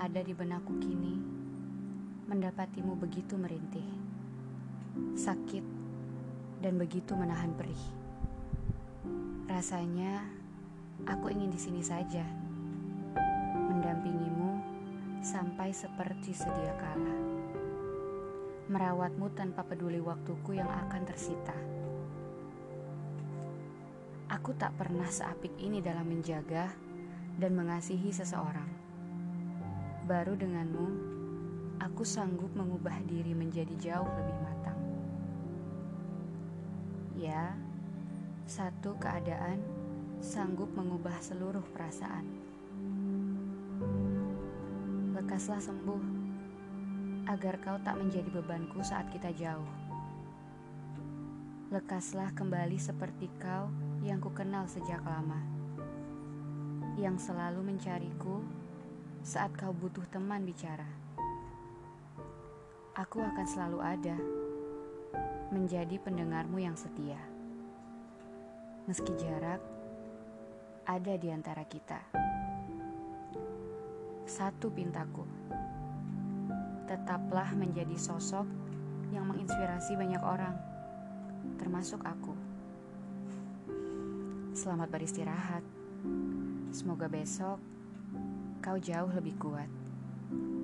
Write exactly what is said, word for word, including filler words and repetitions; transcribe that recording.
ada di benakku kini, mendapatimu begitu merintih, sakit, dan begitu menahan perih. Rasanya aku ingin di sini saja, mendampingimu sampai seperti sedia kala, merawatmu tanpa peduli waktuku yang akan tersita. Aku tak pernah seapik ini dalam menjaga dan mengasihi seseorang. Baru denganmu, aku sanggup mengubah diri menjadi jauh lebih matang. Ya, satu keadaan sanggup mengubah seluruh perasaan. Lekaslah sembuh, agar kau tak menjadi bebanku saat kita jauh. Lekaslah kembali seperti kau yang kukenal sejak lama, yang selalu mencariku saat kau butuh teman bicara. Aku akan selalu ada, menjadi pendengarmu yang setia. Meski jarak ada di antara kita. Satu pintaku, tetaplah menjadi sosok yang menginspirasi banyak orang, termasuk aku. Selamat beristirahat. Semoga besok kau jauh lebih kuat.